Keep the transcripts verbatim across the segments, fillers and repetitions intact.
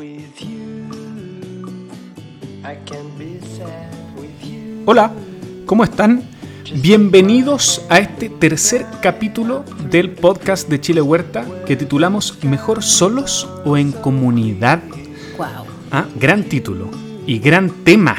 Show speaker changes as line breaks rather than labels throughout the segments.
Hola, ¿cómo están? Bienvenidos a este tercer capítulo del podcast de Chile Huerta que titulamos ¿Mejor solos o en comunidad?
Wow.
Ah, gran título y gran tema.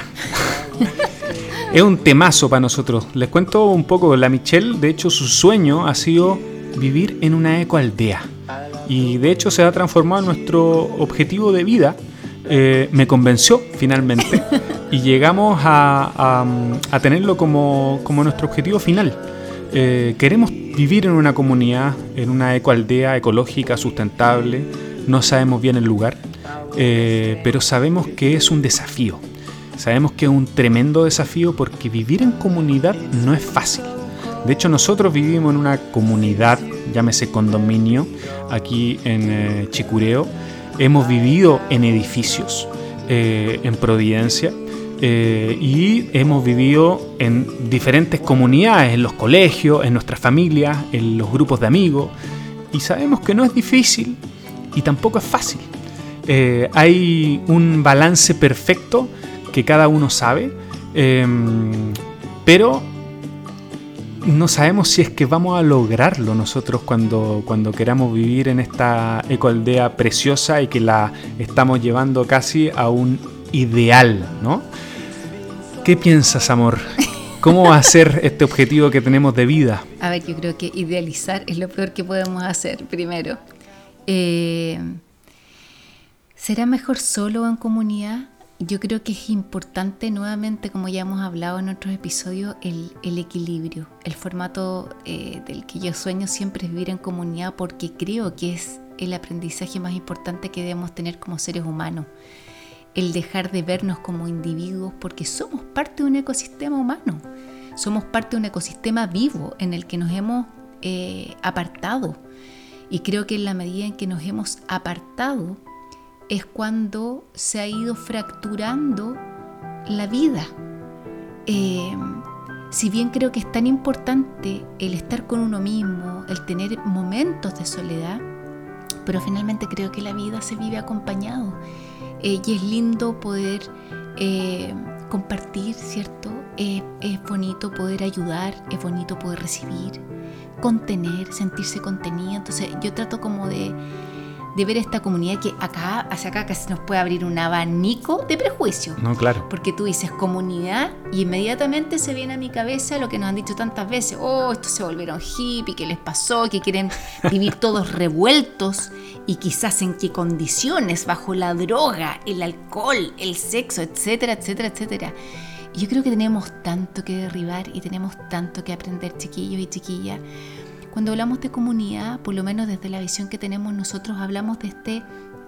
Es un temazo para nosotros. Les cuento un poco. La Michelle, de hecho, su sueño ha sido vivir en una ecoaldea. Y de hecho se ha transformado en nuestro objetivo de vida. Eh, me convenció finalmente. Y llegamos a, a, a tenerlo como, como nuestro objetivo final. Eh, queremos vivir en una comunidad, en una ecoaldea ecológica, sustentable. No sabemos bien el lugar, eh, pero sabemos que es un desafío. Sabemos que es un tremendo desafío porque vivir en comunidad no es fácil. De hecho, nosotros vivimos en una comunidad, llámese condominio, aquí en eh, Chicureo. Hemos vivido en edificios, eh, en Providencia. Eh, y hemos vivido en diferentes comunidades, en los colegios, en nuestras familias, en los grupos de amigos, y sabemos que no es difícil y tampoco es fácil. Eh, hay un balance perfecto que cada uno sabe, eh, pero no sabemos si es que vamos a lograrlo nosotros cuando, cuando queramos vivir en esta ecoaldea preciosa y que la estamos llevando casi a un ideal, ¿no? ¿Qué piensas, amor? ¿Cómo va a ser este objetivo que tenemos de vida?
A ver, yo creo que idealizar es lo peor que podemos hacer primero. Eh, ¿Será mejor solo o en comunidad? Yo creo que es importante nuevamente, como ya hemos hablado en otros episodios, el, el equilibrio. El formato eh, del que yo sueño siempre es vivir en comunidad porque creo que es el aprendizaje más importante que debemos tener como seres humanos. El dejar de vernos como individuos porque somos parte de un ecosistema humano. Somos parte de un ecosistema vivo en el que nos hemos eh, apartado. Y creo que en la medida en que nos hemos apartado es cuando se ha ido fracturando la vida. Eh, si bien creo que es tan importante el estar con uno mismo, el tener momentos de soledad, pero finalmente creo que la vida se vive acompañado. Eh, y es lindo poder eh, compartir, ¿cierto? Eh, es bonito poder ayudar, es bonito poder recibir, contener, sentirse contenido. Entonces yo trato como de, de ver esta comunidad que acá, hacia acá casi nos puede abrir un abanico de prejuicios.
No, claro.
Porque tú dices comunidad y inmediatamente se viene a mi cabeza lo que nos han dicho tantas veces. Oh, estos se volvieron hippie, ¿qué les pasó? Que quieren vivir todos revueltos. Y quizás en qué condiciones, bajo la droga, el alcohol, el sexo, etcétera, etcétera, etcétera. Y yo creo que tenemos tanto que derribar y tenemos tanto que aprender, chiquillos y chiquillas. Cuando hablamos de comunidad, por lo menos desde la visión que tenemos nosotros, hablamos de, este,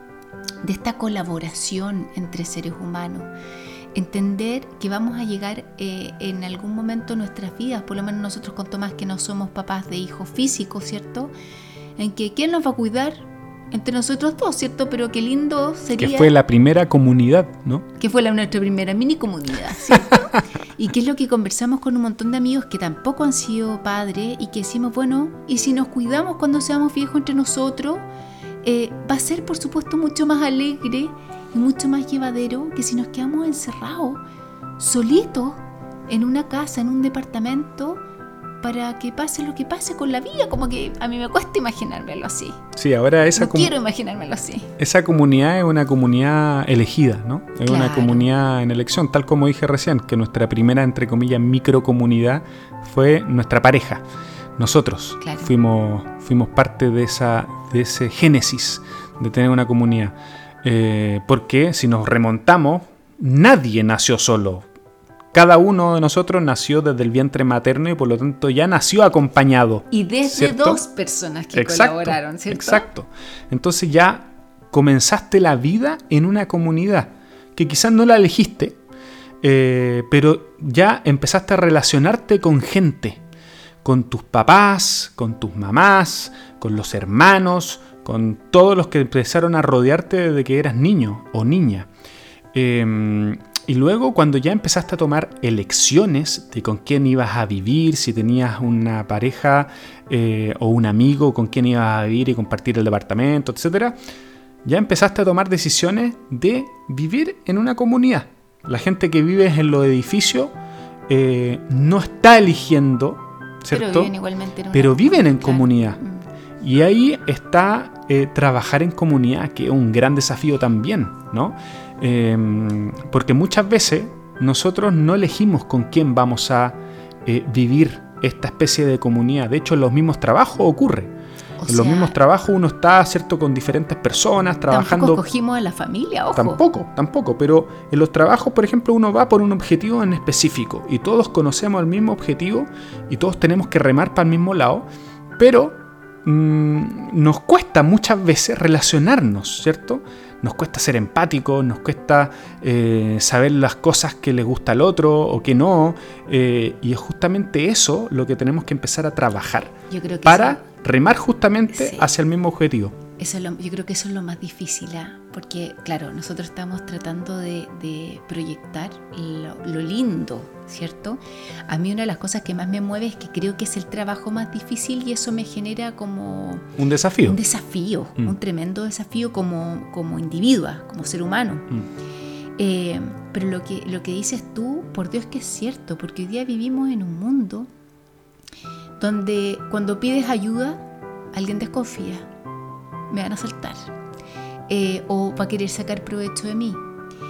de esta colaboración entre seres humanos. Entender que vamos a llegar eh, en algún momento en nuestras vidas, por lo menos nosotros con Tomás, que no somos papás de hijos físicos, ¿cierto? En que ¿quién nos va a cuidar? Entre nosotros dos, ¿cierto? Pero qué lindo sería...
Que fue la primera comunidad, ¿no?
Que fue la, nuestra primera mini comunidad, ¿cierto? Y que es lo que conversamos con un montón de amigos que tampoco han sido padres y que decimos, bueno, y si nos cuidamos cuando seamos viejos entre nosotros, eh, va a ser, por supuesto, mucho más alegre y mucho más llevadero que si nos quedamos encerrados, solitos, en una casa, en un departamento, para que pase lo que pase con la vida. Como que a mí me cuesta imaginármelo así.
Sí, ahora esa
no com- quiero imaginármelo así.
Esa comunidad es una comunidad elegida, ¿no? Es
claro.
Una comunidad en elección, tal como dije recién, que nuestra primera, entre comillas, microcomunidad fue nuestra pareja. Nosotros
claro.
fuimos, fuimos parte de, esa, de ese génesis de tener una comunidad. Eh, porque si nos remontamos, nadie nació solo. Cada uno de nosotros nació desde el vientre materno y por lo tanto ya nació acompañado.
Y desde
¿cierto?
dos personas que
exacto,
colaboraron, ¿cierto?
Exacto. Entonces ya comenzaste la vida en una comunidad que quizás no la elegiste, eh, pero ya empezaste a relacionarte con gente, con tus papás, con tus mamás, con los hermanos, con todos los que empezaron a rodearte desde que eras niño o niña. Eh, Y luego cuando ya empezaste a tomar elecciones de con quién ibas a vivir, si tenías una pareja eh, o un amigo con quien ibas a vivir y compartir el departamento, etcétera, ya empezaste a tomar decisiones de vivir en una comunidad. La gente que vive en los edificios eh, no está eligiendo, ¿cierto?
Pero viven igualmente en una
Pero viven en
claro.
comunidad.
Mm.
Y ahí está eh, trabajar en comunidad, que es un gran desafío también, ¿no? Eh, porque muchas veces nosotros no elegimos con quién vamos a eh, vivir esta especie de comunidad. De hecho, en los mismos trabajos ocurre.
O
en
sea,
los mismos trabajos uno está, ¿cierto?, con diferentes personas trabajando.
Tampoco cogimos a la familia, ojo.
Tampoco, tampoco. Pero en los trabajos, por ejemplo, uno va por un objetivo en específico y todos conocemos el mismo objetivo y todos tenemos que remar para el mismo lado, pero mmm, nos cuesta muchas veces relacionarnos, ¿cierto? Nos cuesta ser empáticos, nos cuesta eh, saber las cosas que le gusta al otro o que no, eh, y es justamente eso lo que tenemos que empezar a trabajar.
Yo creo que
para
eso,
remar justamente
sí.
hacia el mismo objetivo.
Eso es lo, yo creo que eso es lo más difícil, ¿eh? Porque claro, nosotros estamos tratando de, de proyectar lo, lo lindo, ¿cierto? A mí una de las cosas que más me mueve es que creo que es el trabajo más difícil y eso me genera como
un desafío.
Un desafío, mm. un tremendo desafío como, como individua, como ser humano. Mm. Eh, pero lo que, lo que dices tú, por Dios que es cierto, porque hoy día vivimos en un mundo donde cuando pides ayuda, alguien desconfía. Me van a asaltar, eh, o va a querer sacar provecho de mí.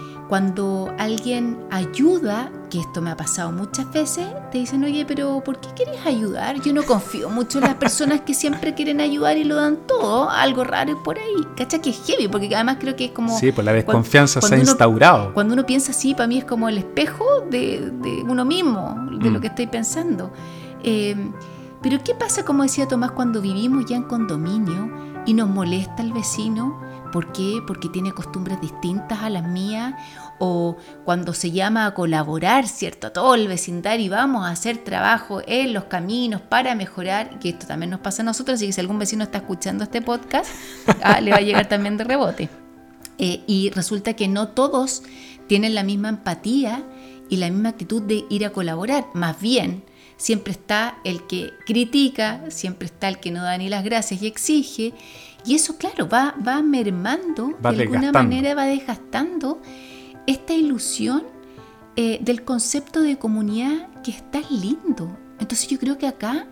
Cuando alguien ayuda, que esto me ha pasado muchas veces, te dicen, oye, pero ¿por qué quieres ayudar? Yo no confío mucho en las personas que siempre quieren ayudar y lo dan todo, algo raro por ahí. ¿Cacha? Que es heavy, porque además creo que es como...
Sí, pues la desconfianza
cuando,
se ha
cuando
instaurado.
Uno, cuando uno piensa así, para mí es como el espejo de, de uno mismo, de mm. lo que estoy pensando. Eh, pero ¿qué pasa, como decía Tomás, cuando vivimos ya en condominio y nos molesta el vecino? ¿Por qué? Porque tiene costumbres distintas a las mías, o cuando se llama a colaborar, ¿cierto?, a todo el vecindario y vamos a hacer trabajo en los caminos para mejorar, que esto también nos pasa a nosotros, así que si algún vecino está escuchando este podcast, ah, le va a llegar también de rebote. Eh, y resulta que no todos tienen la misma empatía y la misma actitud de ir a colaborar, más bien siempre está el que critica, siempre está el que no da ni las gracias y exige, y eso, claro, va, va mermando,
va
de alguna manera va desgastando esta ilusión eh, del concepto de comunidad que es tan lindo. Entonces yo creo que acá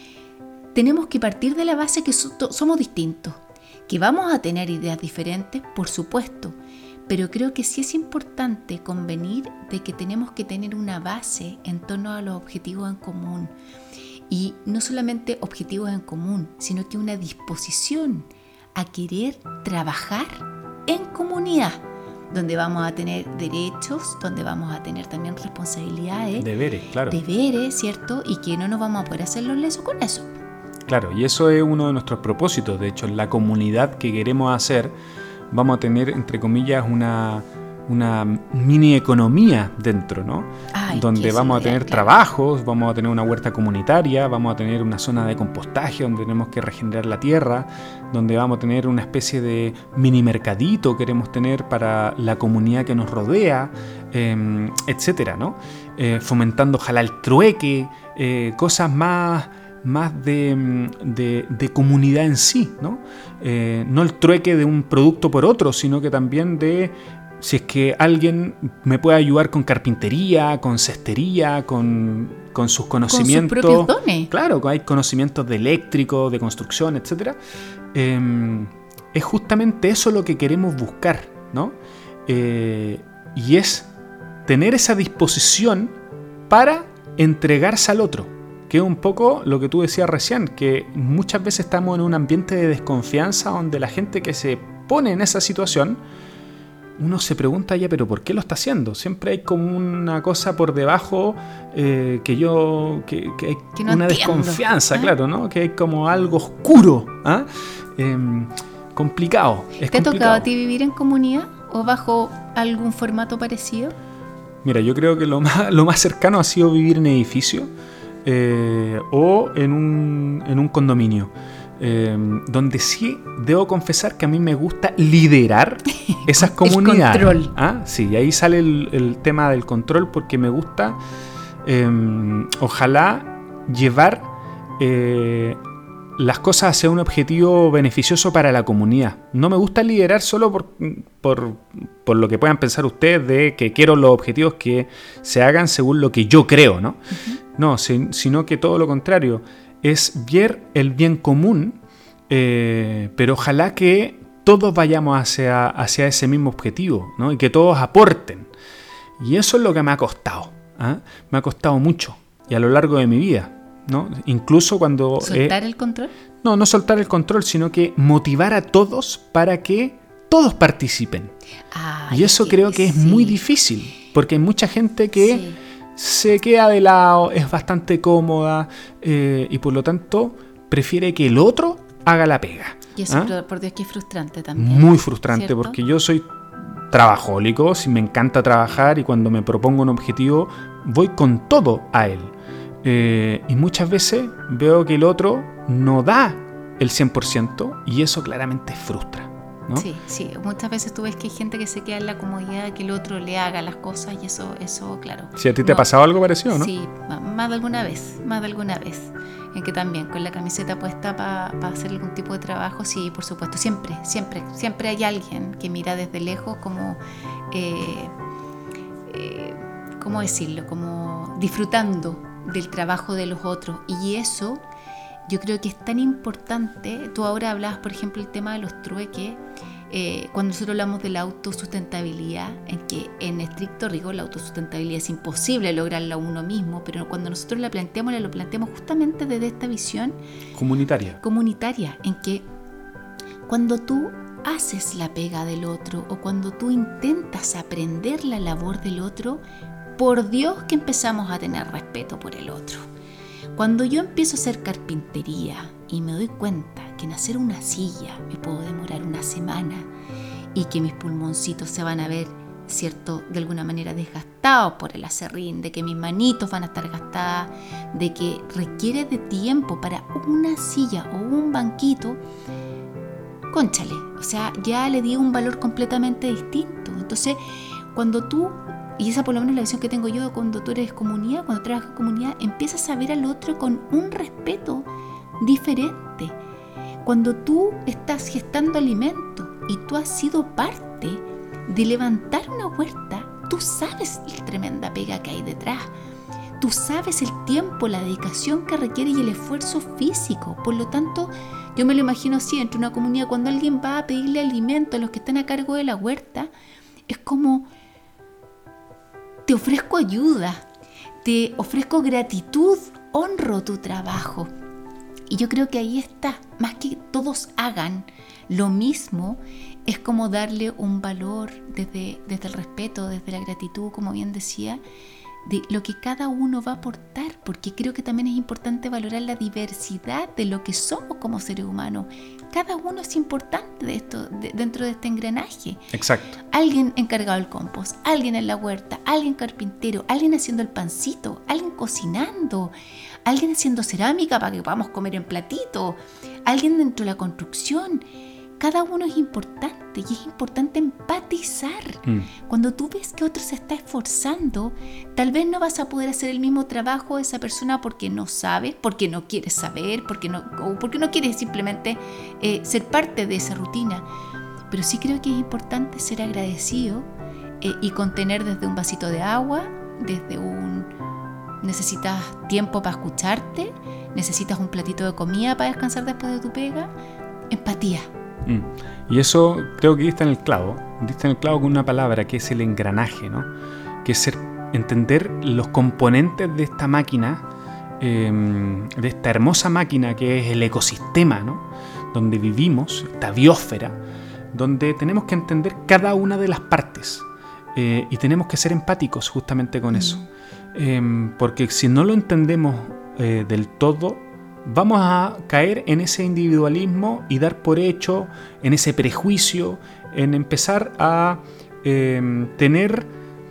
tenemos que partir de la base que so, somos distintos, que vamos a tener ideas diferentes, por supuesto, pero creo que sí es importante convenir de que tenemos que tener una base en torno a los objetivos en común. Y no solamente objetivos en común, sino que una disposición a querer trabajar en comunidad, donde vamos a tener derechos, donde vamos a tener también responsabilidades,
deberes, claro.
Deberes, ¿cierto? Y que no nos vamos a poder hacer los lesos con eso.
Claro, y eso es uno de nuestros propósitos. De hecho, en la comunidad que queremos hacer, vamos a tener, entre comillas, una, una mini economía dentro, ¿no? Ay, donde vamos a tener claro. trabajos, vamos a tener una huerta comunitaria, vamos a tener una zona de compostaje donde tenemos que regenerar la tierra, donde vamos a tener una especie de mini mercadito, queremos tener para la comunidad que nos rodea, eh, etcétera, ¿no? Eh, fomentando, ojalá, el trueque, eh, cosas más... más de, de, de comunidad en sí, ¿no? Eh, no el trueque de un producto por otro, sino que también de si es que alguien me puede ayudar con carpintería, con cestería, con, con sus conocimientos.
Con sus propios dones.
Claro, hay conocimientos de eléctrico, de construcción, etcétera. Eh, es justamente eso lo que queremos buscar, ¿no? Eh, y es tener esa disposición para entregarse al otro. Que es un poco lo que tú decías recién, que muchas veces estamos en un ambiente de desconfianza donde la gente que se pone en esa situación, uno se pregunta ya, pero ¿por qué lo está haciendo? Siempre hay como una cosa por debajo eh, que yo, que, que hay
que no
una
entiendo.
desconfianza,
¿Ah?
claro, ¿no? Que hay como algo oscuro, ¿ah? Eh, complicado. Es
¿Te ha
complicado.
tocado a ti vivir en comunidad o bajo algún formato parecido?
Mira, yo creo que lo más, lo más cercano ha sido vivir en edificio. Eh, o en un, en un condominio, eh, donde sí debo confesar que a mí me gusta liderar esas comunidades.
El control.
¿Ah? Sí, y ahí sale el, el tema del control, porque me gusta, eh, ojalá, llevar eh, las cosas hacia un objetivo beneficioso para la comunidad. No me gusta liderar solo por, por, por lo que puedan pensar ustedes de que quiero los objetivos que se hagan según lo que yo creo, ¿no? Uh-huh. No, si, sino que todo lo contrario. Es ver el bien común, eh, pero ojalá que todos vayamos hacia, hacia ese mismo objetivo, ¿no? Y que todos aporten. Y eso es lo que me ha costado. ¿eh? Me ha costado mucho. Y a lo largo de mi vida. ¿No? Incluso cuando...
¿Soltar
eh,
el control?
No, no soltar el control, sino que motivar a todos para que todos participen. Ah, y eso creo que es sí. muy difícil, porque hay mucha gente que sí. se queda de lado, es bastante cómoda eh, y por lo tanto prefiere que el otro haga la pega.
Y eso, ¿ah? por Dios, que es frustrante también.
Muy frustrante, ¿cierto? Porque yo soy trabajólico, si me encanta trabajar y cuando me propongo un objetivo voy con todo a él. Eh, y muchas veces veo que el otro no da el cien por ciento y eso claramente frustra, ¿no?
Sí, sí. Muchas veces tú ves que hay gente que se queda en la comodidad de que el otro le haga las cosas y eso, eso claro.
Si a ti te no, ha pasado algo parecido, ¿no?
Sí, más de alguna vez, más de alguna vez. En que también con la camiseta puesta para pa hacer algún tipo de trabajo, sí, por supuesto. Siempre, siempre, siempre hay alguien que mira desde lejos como... Eh, eh, ¿cómo decirlo? Como disfrutando del trabajo de los otros, y eso yo creo que es tan importante. Tú ahora hablabas, por ejemplo, el tema de los trueques, eh, cuando nosotros hablamos de la autosustentabilidad, en que en estricto rigor la autosustentabilidad es imposible lograrla uno mismo, pero cuando nosotros la planteamos, la lo planteamos justamente desde esta visión
comunitaria,
comunitaria, en que cuando tú haces la pega del otro o cuando tú intentas aprender la labor del otro, por Dios que empezamos a tener respeto por el otro. Cuando yo empiezo a hacer carpintería y me doy cuenta que en hacer una silla me puedo demorar una semana y que mis pulmoncitos se van a ver, cierto, de alguna manera desgastados por el aserrín, de que mis manitos van a estar gastadas, de que requiere de tiempo para una silla o un banquito, cónchale, o sea, ya le di un valor completamente distinto. Entonces, cuando tú Y esa por lo menos es la visión que tengo yo cuando tú eres comunidad, cuando trabajas en comunidad, empiezas a ver al otro con un respeto diferente. Cuando tú estás gestando alimento y tú has sido parte de levantar una huerta, tú sabes la tremenda pega que hay detrás. Tú sabes el tiempo, la dedicación que requiere y el esfuerzo físico. Por lo tanto, yo me lo imagino así, entre una comunidad, cuando alguien va a pedirle alimento a los que están a cargo de la huerta, es como... te ofrezco ayuda, te ofrezco gratitud, honro tu trabajo. Y yo creo que ahí está, más que todos hagan lo mismo, es como darle un valor desde, desde el respeto, desde la gratitud, como bien decía, de lo que cada uno va a aportar, porque creo que también es importante valorar la diversidad de lo que somos como seres humanos. Cada uno es importante de esto, de, dentro de este engranaje.
Exacto.
Alguien encargado del compost, alguien en la huerta, alguien carpintero, alguien haciendo el pancito, alguien cocinando, alguien haciendo cerámica para que podamos comer en platito, alguien dentro de la construcción. Cada uno es importante y es importante empatizar. Mm. Cuando tú ves que otro se está esforzando, tal vez no vas a poder hacer el mismo trabajo de esa persona porque no sabes, porque no quieres saber, porque no, o porque no quieres simplemente eh, ser parte de esa rutina. Pero sí creo que es importante ser agradecido eh, y contener desde un vasito de agua, desde un... necesitas tiempo para escucharte, necesitas un platito de comida para descansar después de tu pega. Empatía.
Mm. Y eso creo que diste en el clavo, diste en el clavo con una palabra que es el engranaje, ¿no? Que es ser, entender los componentes de esta máquina, eh, de esta hermosa máquina que es el ecosistema, ¿no? Donde vivimos, esta biosfera, donde tenemos que entender cada una de las partes eh, y tenemos que ser empáticos justamente con eso, eh, porque si no lo entendemos eh, del todo, vamos a caer en ese individualismo y dar por hecho, en ese prejuicio, en empezar a eh, tener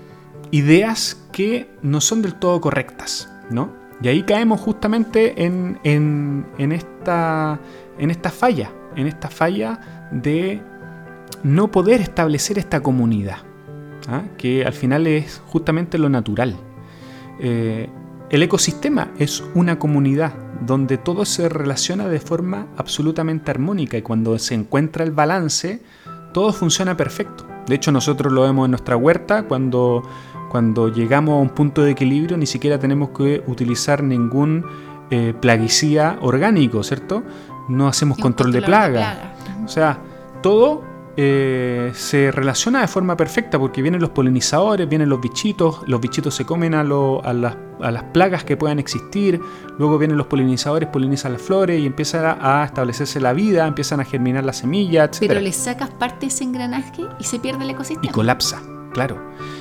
ideas que no son del todo correctas, ¿no? Y ahí caemos justamente en, en, en, esta, en esta falla, en esta falla de no poder establecer esta comunidad, ¿ah? Que al final es justamente lo natural. Eh, el ecosistema es una comunidad donde todo se relaciona de forma absolutamente armónica y cuando se encuentra el balance, todo funciona perfecto. De hecho, nosotros lo vemos en nuestra huerta, cuando, cuando llegamos a un punto de equilibrio ni siquiera tenemos que utilizar ningún eh, plaguicida orgánico, ¿cierto? No hacemos control de plaga. de plaga. O sea, todo eh, se relaciona de forma perfecta porque vienen los polinizadores, vienen los bichitos, los bichitos se comen a, lo, a, las, a las plagas que puedan existir, luego vienen los polinizadores, polinizan las flores y empieza a, a establecerse la vida, empiezan a germinar las semillas, etcétera.
Pero le sacas parte de ese engranaje y se pierde el ecosistema.
Y colapsa, claro.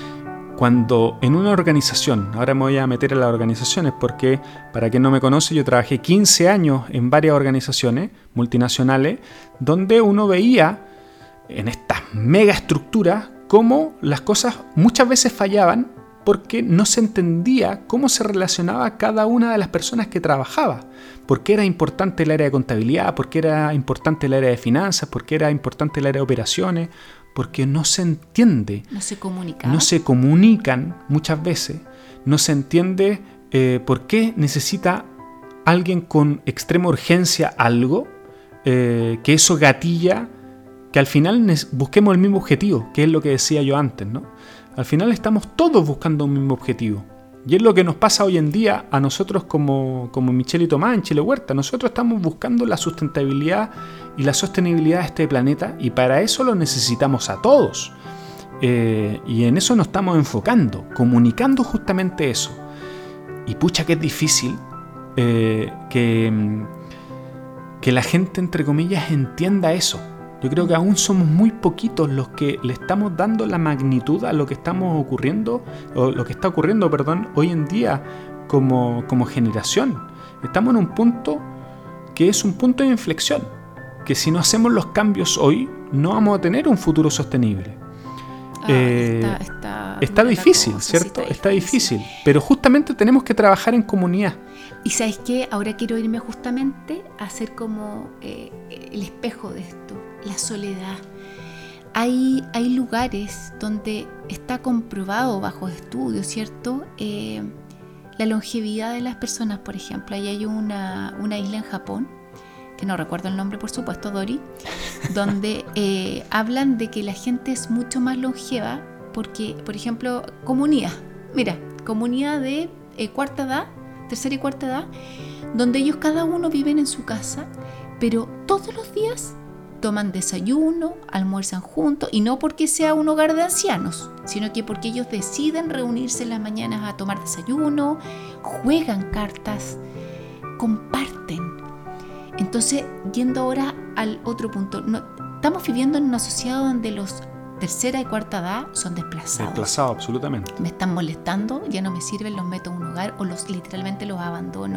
Cuando en una organización, ahora me voy a meter en las organizaciones porque, para quien no me conoce, yo trabajé quince años en varias organizaciones multinacionales donde uno veía en estas mega estructuras cómo las cosas muchas veces fallaban porque no se entendía cómo se relacionaba cada una de las personas que trabajaba. ¿Por qué era importante el área de contabilidad? ¿Por qué era importante el área de finanzas? ¿Por qué era importante el área de operaciones? Porque no se entiende.
No se comunican.
No se comunican muchas veces. No se entiende eh, por qué necesita alguien con extrema urgencia algo, eh, que eso gatilla, que al final busquemos el mismo objetivo, que es lo que decía yo antes, ¿no? Al final estamos todos buscando un mismo objetivo. Y es lo que nos pasa hoy en día a nosotros como, como Michelle y Tomás en Chile Huerta. Nosotros estamos buscando la sustentabilidad y la sostenibilidad de este planeta y para eso lo necesitamos a todos. Eh, y en eso nos estamos enfocando, comunicando justamente eso. Y pucha que es difícil eh, que, que la gente, entre comillas, entienda eso. Yo creo que aún somos muy poquitos los que le estamos dando la magnitud a lo que estamos ocurriendo, o lo que está ocurriendo, perdón, hoy en día como, como generación. Estamos en un punto que es un punto de inflexión, que si no hacemos los cambios hoy, no vamos a tener un futuro sostenible.
Ah,
eh,
está, está,
está difícil, cosa, ¿cierto? Sí, está, difícil. está difícil, pero justamente tenemos que trabajar en comunidad.
Y ¿sabes qué? Ahora quiero irme justamente a hacer como eh, el espejo de esto. La soledad. Hay, hay lugares donde está comprobado bajo estudios, ¿cierto? Eh, la longevidad de las personas, por ejemplo. Ahí hay una, una isla en Japón, que no recuerdo el nombre, por supuesto, Dori, donde eh, hablan de que la gente es mucho más longeva porque, por ejemplo, comunidad. Mira, comunidad de eh, cuarta edad, tercera y cuarta edad, donde ellos cada uno viven en su casa, pero todos los días toman desayuno, almuerzan juntos, y no porque sea un hogar de ancianos, sino que porque ellos deciden reunirse en las mañanas a tomar desayuno, juegan cartas, comparten. Entonces, yendo ahora al otro punto, no, estamos viviendo en una sociedad donde los tercera y cuarta edad son desplazados.
Desplazados, absolutamente.
Me están molestando, ya no me sirven, los meto a un hogar o los literalmente los abandono.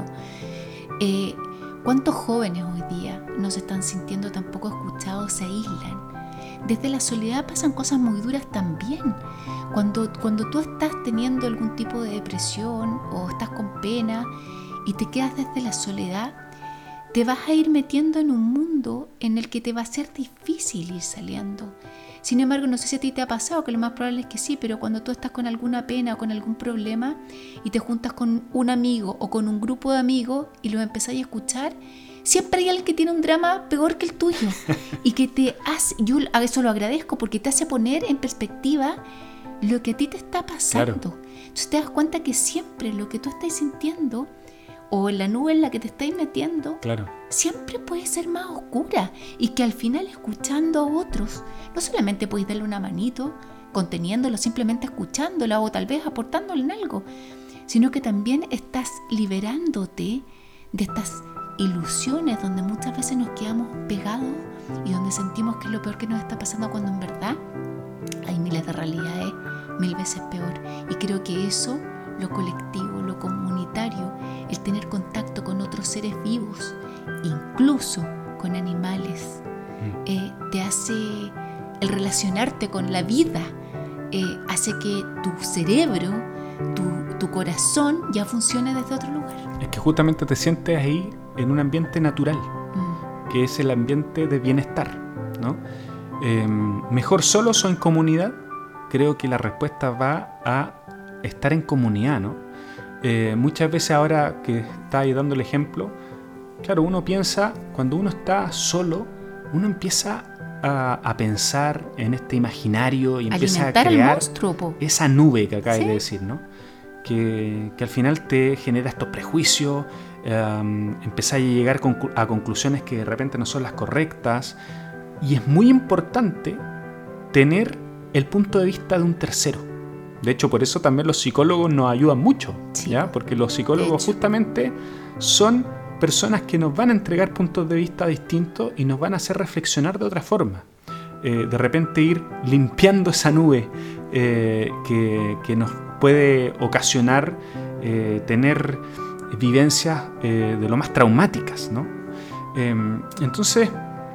Eh, ¿Cuántos jóvenes hoy día no se están sintiendo tampoco escuchados, se aíslan? Desde la soledad pasan cosas muy duras también. Cuando, cuando tú estás teniendo algún tipo de depresión o estás con pena y te quedas desde la soledad, te vas a ir metiendo en un mundo en el que te va a ser difícil ir saliendo. Sin embargo, no sé si a ti te ha pasado, que lo más probable es que sí, pero cuando tú estás con alguna pena o con algún problema y te juntas con un amigo o con un grupo de amigos y los empezás a escuchar, siempre hay alguien que tiene un drama peor que el tuyo y que te hace, yo a eso lo agradezco porque te hace poner en perspectiva lo que a ti te está pasando. Claro. Entonces te das cuenta que siempre lo que tú estás sintiendo o en la nube en la que te estás metiendo,
claro,
siempre puede ser más oscura y que al final escuchando a otros, no solamente podéis darle una manito, conteniéndolo, simplemente escuchándola o tal vez aportándole en algo, sino que también estás liberándote de estas ilusiones donde muchas veces nos quedamos pegados y donde sentimos que es lo peor que nos está pasando cuando en verdad hay miles de realidades mil veces peor. Y creo que eso, lo colectivo, lo comunitario, el tener contacto con otros seres vivos, incluso con animales, eh, te hace, el relacionarte con la vida, eh, hace que tu cerebro, tu, tu corazón ya funcione desde otro lugar.
Es que justamente te sientes ahí en un ambiente natural, mm. que es el ambiente de bienestar, ¿no? Eh, mejor solos o en comunidad. Creo que la respuesta va a estar en comunidad, ¿no? Eh, muchas veces ahora que está ahí dando el ejemplo, claro, uno piensa, cuando uno está solo, uno empieza a, a pensar en este imaginario y empieza
alimentar
a crear
al monstruo, po.
esa nube que acabas
¿Sí?
de decir, ¿no? Que, que al final te genera estos prejuicios, um, empezás a llegar conclu- a conclusiones que de repente no son las correctas, y es muy importante tener el punto de vista de un tercero. De hecho, por eso también los psicólogos nos ayudan mucho,
Sí,
¿ya? Porque los psicólogos justamente son personas que nos van a entregar puntos de vista distintos y nos van a hacer reflexionar de otra forma. Eh, de repente ir limpiando esa nube eh, que, que nos puede ocasionar eh, tener vivencias eh, de lo más traumáticas, ¿no? Eh, entonces,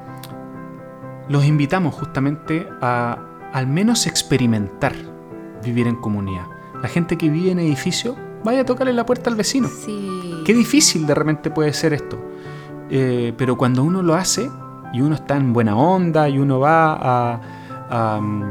los invitamos justamente a al menos experimentar vivir en comunidad. La gente que vive en edificio, vaya a tocarle la puerta al vecino.
Sí.
Qué difícil de repente puede ser esto. Eh, pero cuando uno lo hace y uno está en buena onda y uno va a, a um,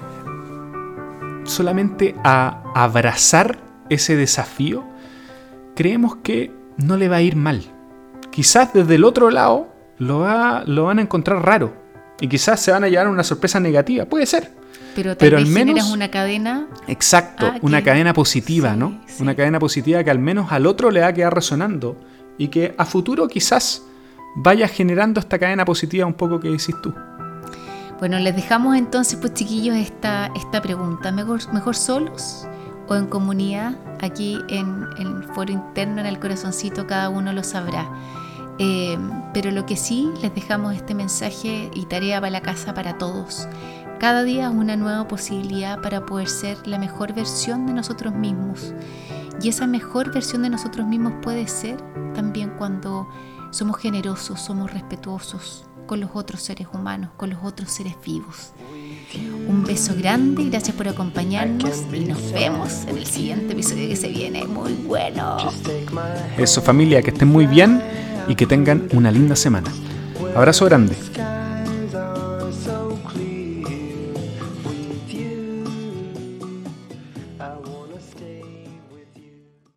solamente a abrazar ese desafío, creemos que no le va a ir mal. Quizás desde el otro lado lo, va, lo van a encontrar raro y quizás se van a llevar una sorpresa negativa. Puede ser.
Pero tal
Pero
vez
al menos
generas una cadena.
Exacto,
Ah,
una
que-
cadena positiva,
sí,
¿no?
sí.
Una cadena positiva que al menos al otro le va a quedar resonando y que a futuro quizás vaya generando esta cadena positiva un poco que decís tú.
Bueno, les dejamos entonces, pues chiquillos, esta, esta pregunta. ¿Mejor, mejor solos o en comunidad? Aquí en, en el foro interno, en el corazoncito, cada uno lo sabrá. Eh, pero lo que sí, les dejamos este mensaje y tarea para la casa para todos. Cada día es una nueva posibilidad para poder ser la mejor versión de nosotros mismos. Y esa mejor versión de nosotros mismos puede ser también cuando somos generosos, somos respetuosos con los otros seres humanos, con los otros seres vivos. Un beso grande, gracias por acompañarnos y nos vemos en el siguiente episodio que se viene. Muy bueno.
Eso, familia, que estén muy bien y que tengan una linda semana. Abrazo grande.